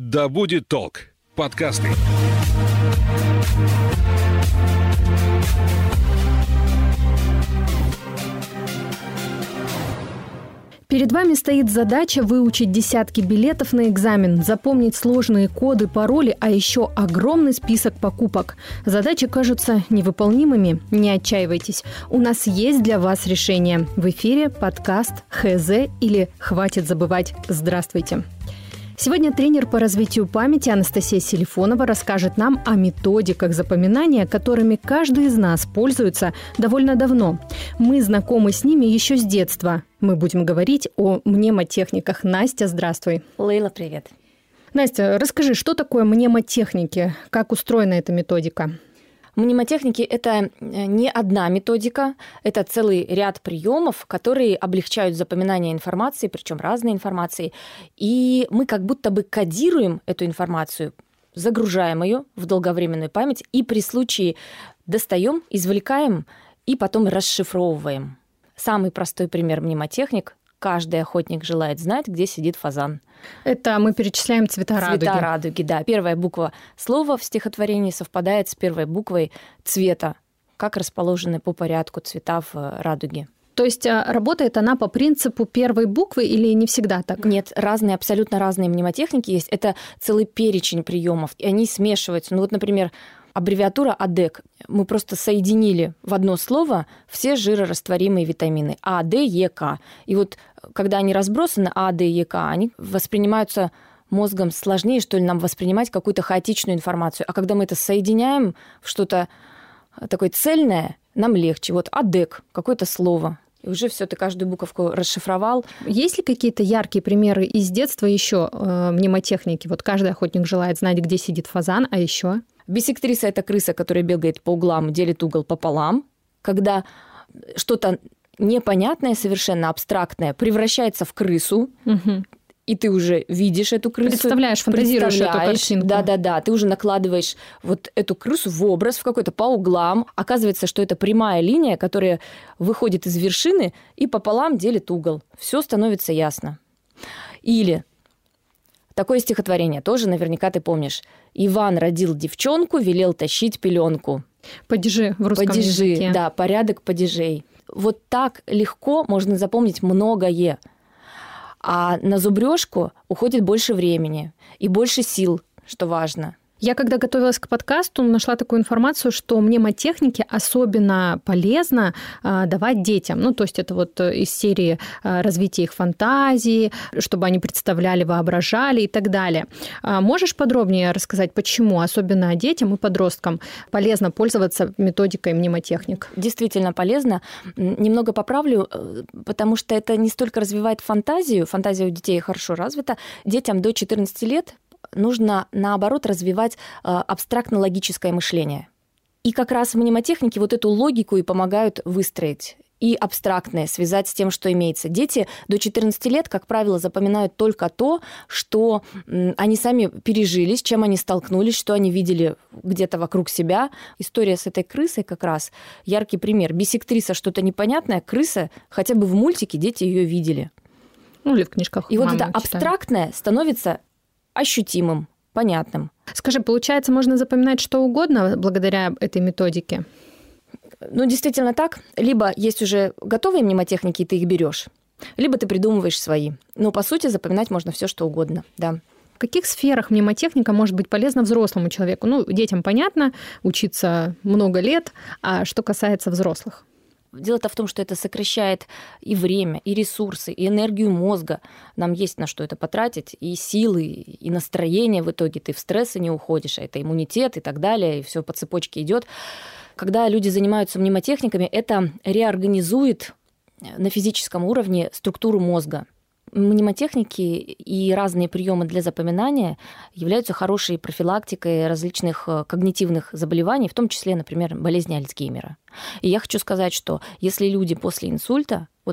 Да будет толк. Подкасты. Перед вами стоит задача выучить десятки билетов на экзамен, запомнить сложные коды, пароли, а еще огромный список покупок. Задачи кажутся невыполнимыми. Не отчаивайтесь. У нас есть для вас решение. В эфире подкаст «ХЗ» или «Хватит забывать». Здравствуйте. Сегодня тренер по развитию памяти Анастасия Селифонова расскажет нам о методиках запоминания, которыми каждый из нас пользуется довольно давно. Мы знакомы с ними еще с детства. Мы будем говорить о мнемотехниках. Настя, здравствуй. Лейла, привет. Настя, расскажи, что такое мнемотехники? Как устроена эта методика? Мнемотехники – это не одна методика, это целый ряд приемов, которые облегчают запоминание информации, причем разной информации. И мы как будто бы кодируем эту информацию, загружаем ее в долговременную память и при случае достаем, извлекаем и потом расшифровываем. Самый простой пример мнемотехник – каждый охотник желает знать, где сидит фазан. Это мы перечисляем цвета радуги. Цвета радуги, да. Первая буква слова в стихотворении совпадает с первой буквой цвета, как расположены по порядку цвета в радуге. То есть работает она по принципу первой буквы или не всегда так? Нет, разные, абсолютно разные мнемотехники есть. Это целый перечень приемов, и они смешиваются. Ну вот, например, аббревиатура АДЭК. Мы просто соединили в одно слово все жирорастворимые витамины А, Д, Е, К. И вот когда они разбросаны, А, Д, Е, К, они воспринимаются мозгом сложнее, что ли, нам воспринимать какую-то хаотичную информацию. А когда мы это соединяем в что-то такое цельное, нам легче. Вот АДЭК, какое-то слово. И уже все, ты каждую буковку расшифровал. Есть ли какие-то яркие примеры из детства еще мнемотехники? Вот каждый охотник желает знать, где сидит фазан, а еще? Биссектриса – это крыса, которая бегает по углам, делит угол пополам. Когда что-то непонятное, совершенно абстрактное, превращается в крысу, и ты уже видишь эту крысу. Фантазируешь эту картинку. Да. Ты уже накладываешь вот эту крысу в образ, в какой-то по углам. Оказывается, что это прямая линия, которая выходит из вершины и пополам делит угол. Все становится ясно. Или такое стихотворение, тоже наверняка ты помнишь. «Иван родил девчонку, велел тащить пеленку». Падежи в русском языке. Да, порядок падежей. Вот так легко можно запомнить многое. А на зубрежку уходит больше времени и больше сил, что важно. Я, когда готовилась к подкасту, нашла такую информацию, что мнемотехники особенно полезно давать детям. Ну, то есть это вот из серии развития их фантазии, чтобы они представляли, воображали и так далее. Можешь подробнее рассказать, почему особенно детям и подросткам полезно пользоваться методикой мнемотехник? Действительно полезно. Немного поправлю, потому что это не столько развивает фантазию. Фантазия у детей хорошо развита. Детям до 14 лет нужно, наоборот, развивать абстрактно-логическое мышление. И как раз мнемотехники вот эту логику и помогают выстроить. И абстрактное связать с тем, что имеется. Дети до 14 лет, как правило, запоминают только то, что они сами пережили, с чем они столкнулись, что они видели где-то вокруг себя. История с этой крысой как раз яркий пример. Биссектриса что-то непонятное, крыса, хотя бы в мультике дети ее видели. Ну, или в книжках. И вот это абстрактное становится ощутимым, понятным. Скажи, получается, можно запоминать что угодно благодаря этой методике? Ну, действительно так. Либо есть уже готовые мнемотехники, и ты их берешь, либо ты придумываешь свои. Но, по сути, запоминать можно все что угодно, да. В каких сферах мнемотехника может быть полезна взрослому человеку? Ну, детям понятно, учиться много лет, а что касается взрослых? Дело-то в том, что это сокращает и время, и ресурсы, и энергию мозга. Нам есть на что это потратить, и силы, и настроение в итоге. Ты в стрессы не уходишь, а это иммунитет и так далее, и все по цепочке идет. Когда люди занимаются мнемотехниками, это реорганизует на физическом уровне структуру мозга. Мнемотехники и разные приемы для запоминания являются хорошей профилактикой различных когнитивных заболеваний, в том числе, например, болезни Альцгеймера. И я хочу сказать, что если люди после инсульта, вот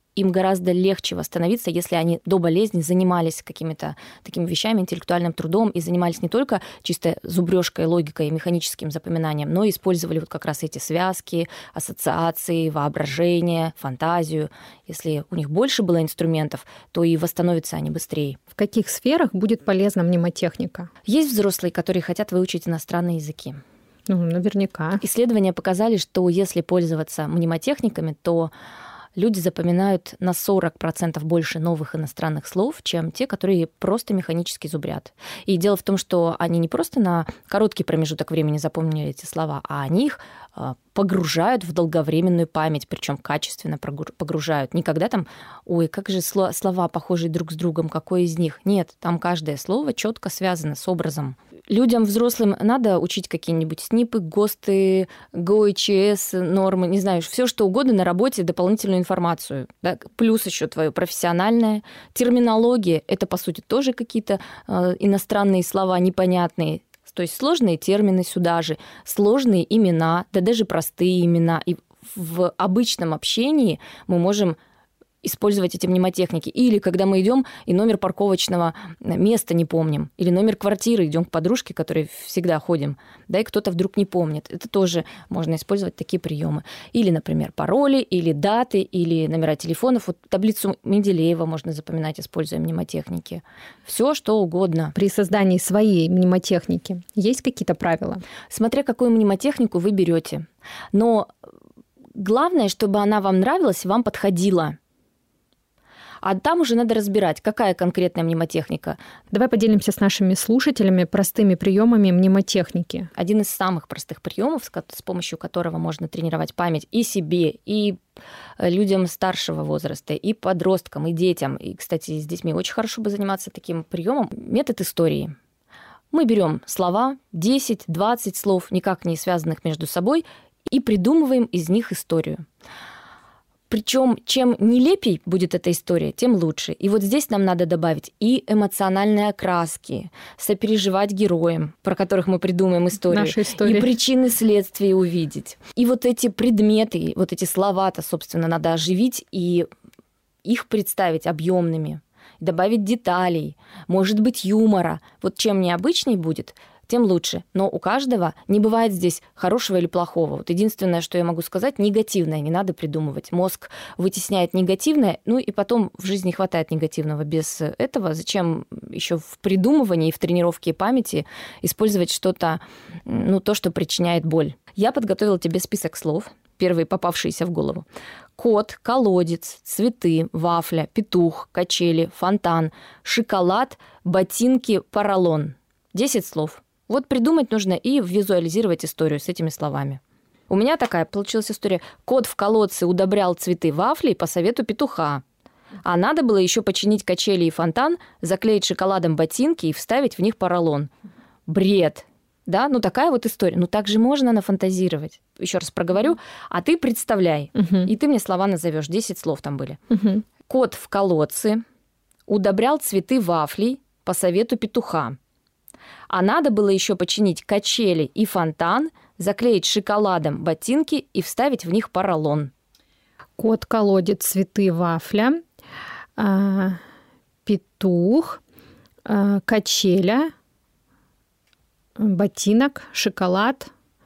им гораздо легче восстановиться, если они до болезни занимались какими-то такими вещами, интеллектуальным трудом, и занимались не только чисто зубрежкой, логикой и механическим запоминанием, но и использовали вот как раз эти связки, ассоциации, воображение, фантазию. Если у них больше было инструментов, то и восстановятся они быстрее. В каких сферах будет полезна мнемотехника? Есть взрослые, которые хотят выучить иностранные языки. Ну, наверняка. Исследования показали, что если пользоваться мнемотехниками, то люди запоминают на 40% больше новых иностранных слов, чем те, которые просто механически зубрят. И дело в том, что они не просто на короткий промежуток времени запомнили эти слова, а они их погружают в долговременную память, причем качественно погружают. Никогда там, ой, как же слова похожи друг с другом, какой из них? Нет, там каждое слово четко связано с образом. Людям взрослым надо учить какие-нибудь СНИПы, ГОСТы, ГОИЧС, нормы, не знаю, все что угодно на работе, дополнительную информацию. Да? Плюс еще твое профессиональное. Терминология — это, по сути, тоже какие-то иностранные слова непонятные. То есть сложные термины сюда же, сложные имена, да даже простые имена. И в обычном общении мы можем использовать эти мнемотехники. Или когда мы идем и номер парковочного места не помним, или номер квартиры, идем к подружке, которой всегда ходим, да, и кто-то вдруг не помнит. Это тоже можно использовать такие приемы. Или, например, пароли, или даты, или номера телефонов. Вот таблицу Менделеева можно запоминать, используя мнемотехники. Все, что угодно. При создании своей мнемотехники есть какие-то правила? Смотря какую мнемотехнику вы берете. Но главное, чтобы она вам нравилась и вам подходила. А там уже надо разбирать, какая конкретная мнемотехника. Давай поделимся с нашими слушателями простыми приемами мнемотехники. Один из самых простых приемов, с помощью которого можно тренировать память и себе, и людям старшего возраста, и подросткам, и детям. И, кстати, с детьми очень хорошо бы заниматься таким приемом. Метод истории. Мы берем слова, 10-20 слов, никак не связанных между собой, и придумываем из них историю. Причем, чем нелепей будет эта история, тем лучше. И вот здесь нам надо добавить и эмоциональные окраски, сопереживать героям, про которых мы придумаем историю, и причины следствия увидеть. И вот эти предметы, вот эти слова-то, собственно, надо оживить и их представить объемными, добавить деталей, может быть, юмора. Вот чем необычней будет, тем лучше. Но у каждого не бывает здесь хорошего или плохого. Вот единственное, что я могу сказать, негативное не надо придумывать. Мозг вытесняет негативное, ну и потом в жизни хватает негативного. Без этого зачем еще в придумывании и в тренировке памяти использовать что-то, ну, то, что причиняет боль. Я подготовила тебе список слов, первые попавшиеся в голову. Кот, колодец, цветы, вафля, петух, качели, фонтан, шоколад, ботинки, поролон. 10 слов. Вот придумать нужно и визуализировать историю с этими словами. У меня такая получилась история. Кот в колодце удобрял цветы вафлей по совету петуха. А надо было еще починить качели и фонтан, заклеить шоколадом ботинки и вставить в них поролон. Бред. Да, ну такая вот история. Ну так же можно нафантазировать. Еще раз проговорю. А ты представляй. И ты мне слова назовешь. 10 слов там были. Кот в колодце удобрял цветы вафлей по совету петуха. А надо было еще починить качели и фонтан, заклеить шоколадом ботинки и вставить в них поролон. Кот, колодец, цветы, вафля, петух, качеля, ботинок, шоколад.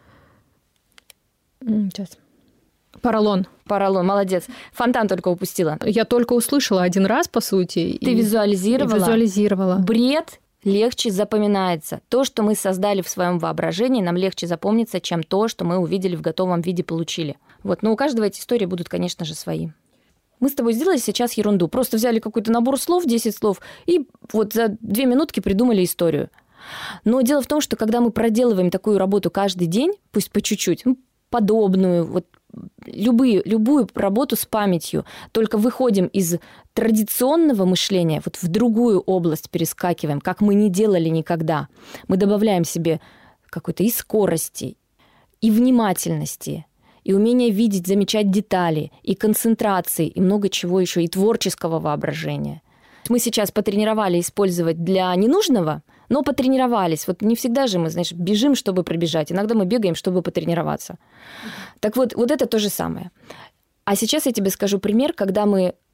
Сейчас. Поролон. Поролон, молодец. Фонтан только упустила. Я только услышала один раз, по сути. Ты визуализировала? Визуализировала. Бред легче запоминается. То, что мы создали в своем воображении, нам легче запомнится, чем то, что мы увидели в готовом виде, получили. Вот. Но у каждого эти истории будут, конечно же, свои. Мы с тобой сделали сейчас ерунду. Просто взяли какой-то набор слов, 10 слов, и вот за 2 минутки придумали историю. Но дело в том, что когда мы проделываем такую работу каждый день, пусть по чуть-чуть, подобную, вот любую работу с памятью, только выходим из традиционного мышления, вот в другую область перескакиваем, как мы не делали никогда. Мы добавляем себе какой-то и скорости, и внимательности, и умения видеть, замечать детали, и концентрации, и много чего еще, и творческого воображения. Мы сейчас потренировали использовать для ненужного, но потренировались. Вот не всегда же мы, знаешь, бежим, чтобы пробежать. Иногда мы бегаем, чтобы потренироваться. Так вот это то же самое. А сейчас я тебе скажу пример, когда мы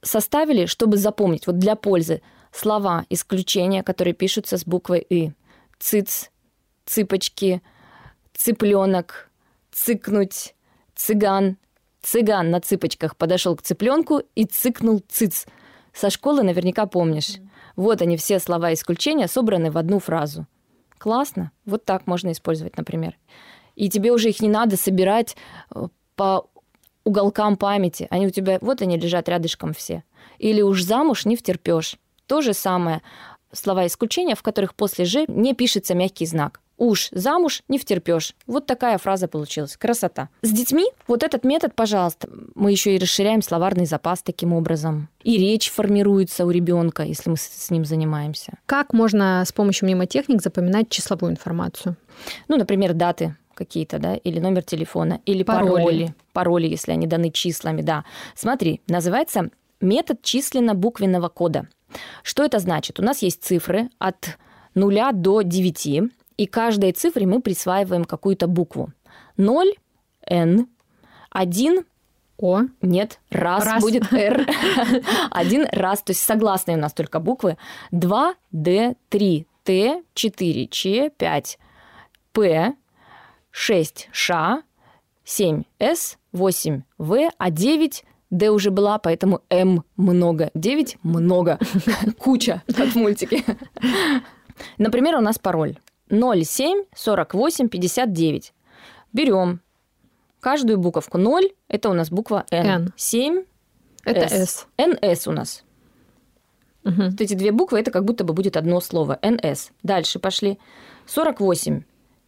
составили, чтобы запомнить, вот для пользы, слова исключения, которые пишутся с буквой «и». Цыц, цыпочки, цыпленок, цыкнуть, цыган. Цыган на цыпочках подошел к цыпленку и цыкнул цыц. Со школы наверняка помнишь. Вот они, все слова исключения, собраны в одну фразу. Классно. Вот так можно использовать, например. И тебе уже их не надо собирать по уголкам памяти. Они у тебя, вот они лежат рядышком все. Или уж замуж не втерпёшь. То же самое. Слова исключения, в которых после «ж» не пишется мягкий знак. Уж замуж не втерпёшь. Вот такая фраза получилась. Красота. С детьми вот этот метод, пожалуйста. Мы еще и расширяем словарный запас таким образом. И речь формируется у ребенка, если мы с ним занимаемся. Как можно с помощью мнемотехник запоминать числовую информацию? Ну, например, даты какие-то, да, или номер телефона, или пароли. Пароли, если они даны числами, да. Смотри, называется метод численно-буквенного кода. Что это значит? У нас есть цифры от 0 до 9, и каждой цифре мы присваиваем какую-то букву. 0 – N, 1 – О. Нет, раз будет R. 1 раз, то есть согласные у нас только буквы. 2 – D, 3 – T, 4 – Ч, 5 – П, 6 – Ш, 7 – С, 8 – В, а 9 – Д уже была, поэтому М много. 9 много. Куча, как в мультике. Например, у нас пароль 07 48 59. Берем каждую буковку. 0 – это у нас буква Н. 7 – это С. НС у нас. Угу. Вот эти две буквы – это как будто бы будет одно слово. НС. Дальше пошли. 48 –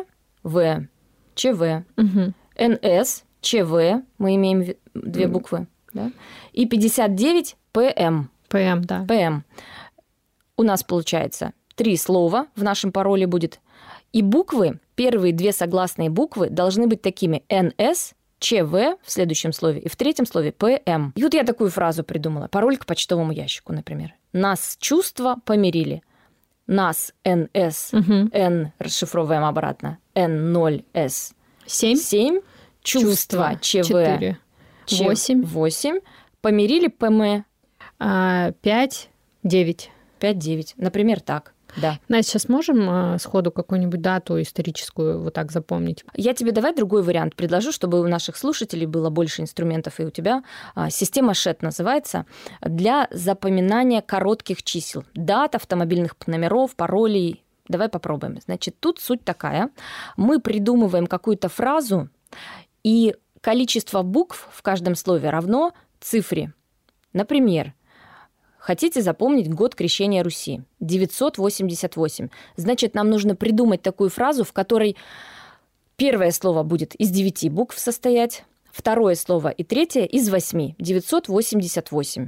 ЧВ. ЧВ. Угу. НС. ЧВ, мы имеем две буквы, да? И 59 ПМ. ПМ, да. ПМ. У нас получается 3 слова в нашем пароле будет. И буквы, первые 2 согласные буквы должны быть такими: НС, ЧВ в следующем слове и в третьем слове ПМ. И вот я такую фразу придумала. Пароль к почтовому ящику, например. Нас чувства помирили. Нас НС, Н расшифровываем обратно. Н0С. 7. Чувства ЧВ 4. 8. Помирили ПМ 5, 9. 5-9. Например, так. Да. Настя, сейчас можем сходу какую-нибудь дату историческую вот так запомнить? Я тебе давай другой вариант предложу, чтобы у наших слушателей было больше инструментов, и у тебя. Система ШЭТ называется, для запоминания коротких чисел. Дат, автомобильных номеров, паролей. Давай попробуем. Значит, тут суть такая. Мы придумываем какую-то фразу, и количество букв в каждом слове равно цифре. Например, хотите запомнить год крещения Руси? 988. Значит, нам нужно придумать такую фразу, в которой первое слово будет из 9 букв состоять, второе слово и третье из 8. 988.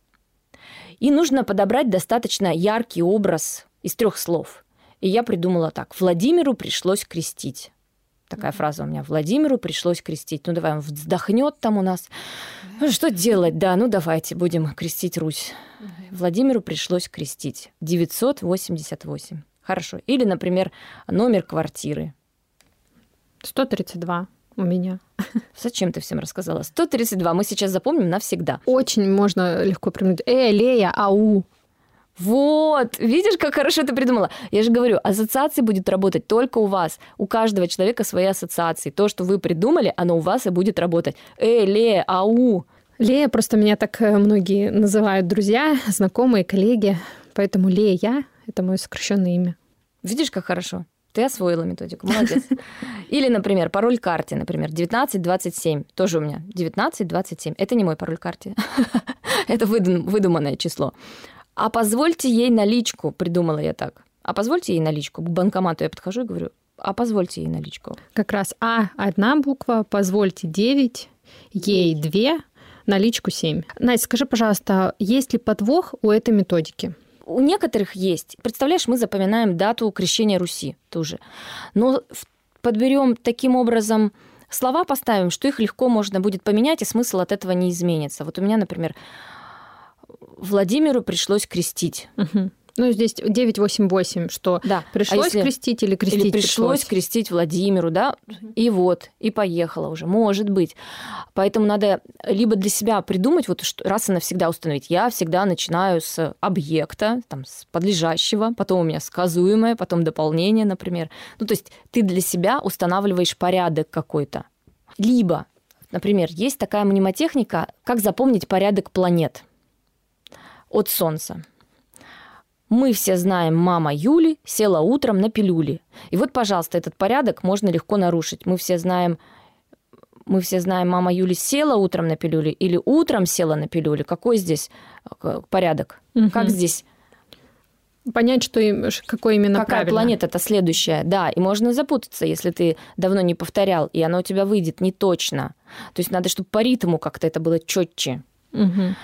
И нужно подобрать достаточно яркий образ из 3 слов. И я придумала так. Владимиру пришлось крестить. Такая фраза у меня. Владимиру пришлось крестить. Ну, давай, он вздохнет там у нас. Ну, что делать? Да, ну, давайте будем крестить Русь. Владимиру пришлось крестить. 988. Хорошо. Или, например, номер квартиры. 132 у меня. Зачем ты всем рассказала? 132 мы сейчас запомним навсегда. Очень можно легко применить. Лея, ау. Вот, видишь, как хорошо ты придумала. Я же говорю, ассоциации будет работать только у вас. У каждого человека свои ассоциации. То, что вы придумали, оно у вас и будет работать. Лея, ау. Лея, просто меня так многие называют друзья, знакомые, коллеги. Поэтому Лея – это мое сокращенное имя. Видишь, как хорошо. Ты освоила методику, молодец. Или, например, пароль карте, например, 1927. Тоже у меня 1927. Это не мой пароль карте. Это выдуманное число. А позвольте ей наличку, придумала я так. А позвольте ей наличку. К банкомату я подхожу и говорю, а позвольте ей наличку. Как раз одна буква, позвольте 9, ей 2, наличку 7. Настя, скажи, пожалуйста, есть ли подвох у этой методики? У некоторых есть. Представляешь, мы запоминаем дату крещения Руси тоже. Но подберем таким образом слова, поставим, что их легко можно будет поменять, и смысл от этого не изменится. Вот у меня, например, Владимиру пришлось крестить. Ну, здесь 988, что да. пришлось крестить или крестить пришлось крестить Владимиру, да, и вот, и поехала уже, может быть. Поэтому надо либо для себя придумать, вот раз и навсегда установить. Я всегда начинаю с объекта, там, с подлежащего, потом у меня сказуемое, потом дополнение, например. Ну, то есть ты для себя устанавливаешь порядок какой-то. Либо, например, есть такая мнемотехника, как запомнить порядок планет от Солнца. Мы все знаем, мама Юли села утром на пилюли. И вот, пожалуйста, этот порядок можно легко нарушить. Мы все знаем, мама Юли села утром на пилюли или утром села на пилюли. Какой здесь порядок? Угу. Как здесь? Понять, какой именно какая правильно. Планета-то следующая. Да, и можно запутаться, если ты давно не повторял, и оно у тебя выйдет не точно. То есть надо, чтобы по ритму как-то это было четче. Угу.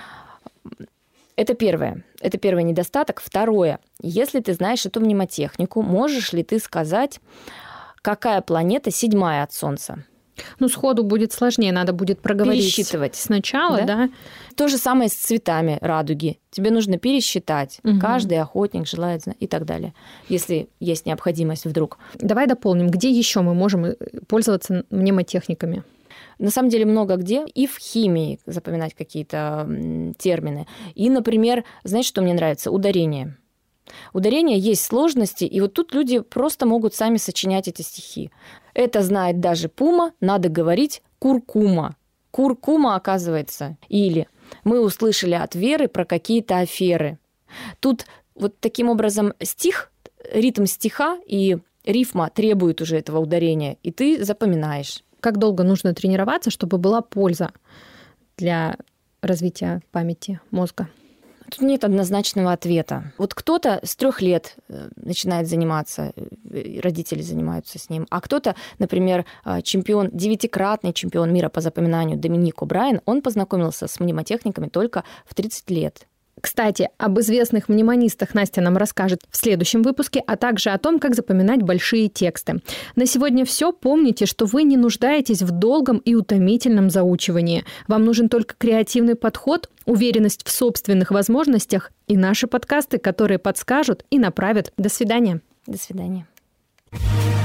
Это первое. Это первый недостаток. Второе. Если ты знаешь эту мнемотехнику, можешь ли ты сказать, какая планета 7-я от Солнца? Ну, сходу будет сложнее, надо будет проговорить. Пересчитывать. Сначала, да? То же самое с цветами радуги. Тебе нужно пересчитать. Угу. Каждый охотник желает знать и так далее, если есть необходимость вдруг. Давай дополним. Где еще мы можем пользоваться мнемотехниками? На самом деле много где. И в химии запоминать какие-то термины. И, например, знаете, что мне нравится? Ударение. Ударение есть сложности, и вот тут люди просто могут сами сочинять эти стихи. Это знает даже Пума, надо говорить куркума. Куркума, оказывается. Или мы услышали от Веры про какие-то аферы. Тут вот таким образом ритм стиха и рифма требуют уже этого ударения, и ты запоминаешь. Как долго нужно тренироваться, чтобы была польза для развития памяти мозга? Тут нет однозначного ответа. Вот кто-то с 3 лет начинает заниматься, родители занимаются с ним, а кто-то, например, 9-кратный чемпион мира по запоминанию Доминик О'Брайен, он познакомился с мнемотехниками только в 30 лет. Кстати, об известных мнемонистах Настя нам расскажет в следующем выпуске, а также о том, как запоминать большие тексты. На сегодня все. Помните, что вы не нуждаетесь в долгом и утомительном заучивании. Вам нужен только креативный подход, уверенность в собственных возможностях и наши подкасты, которые подскажут и направят. До свидания. До свидания.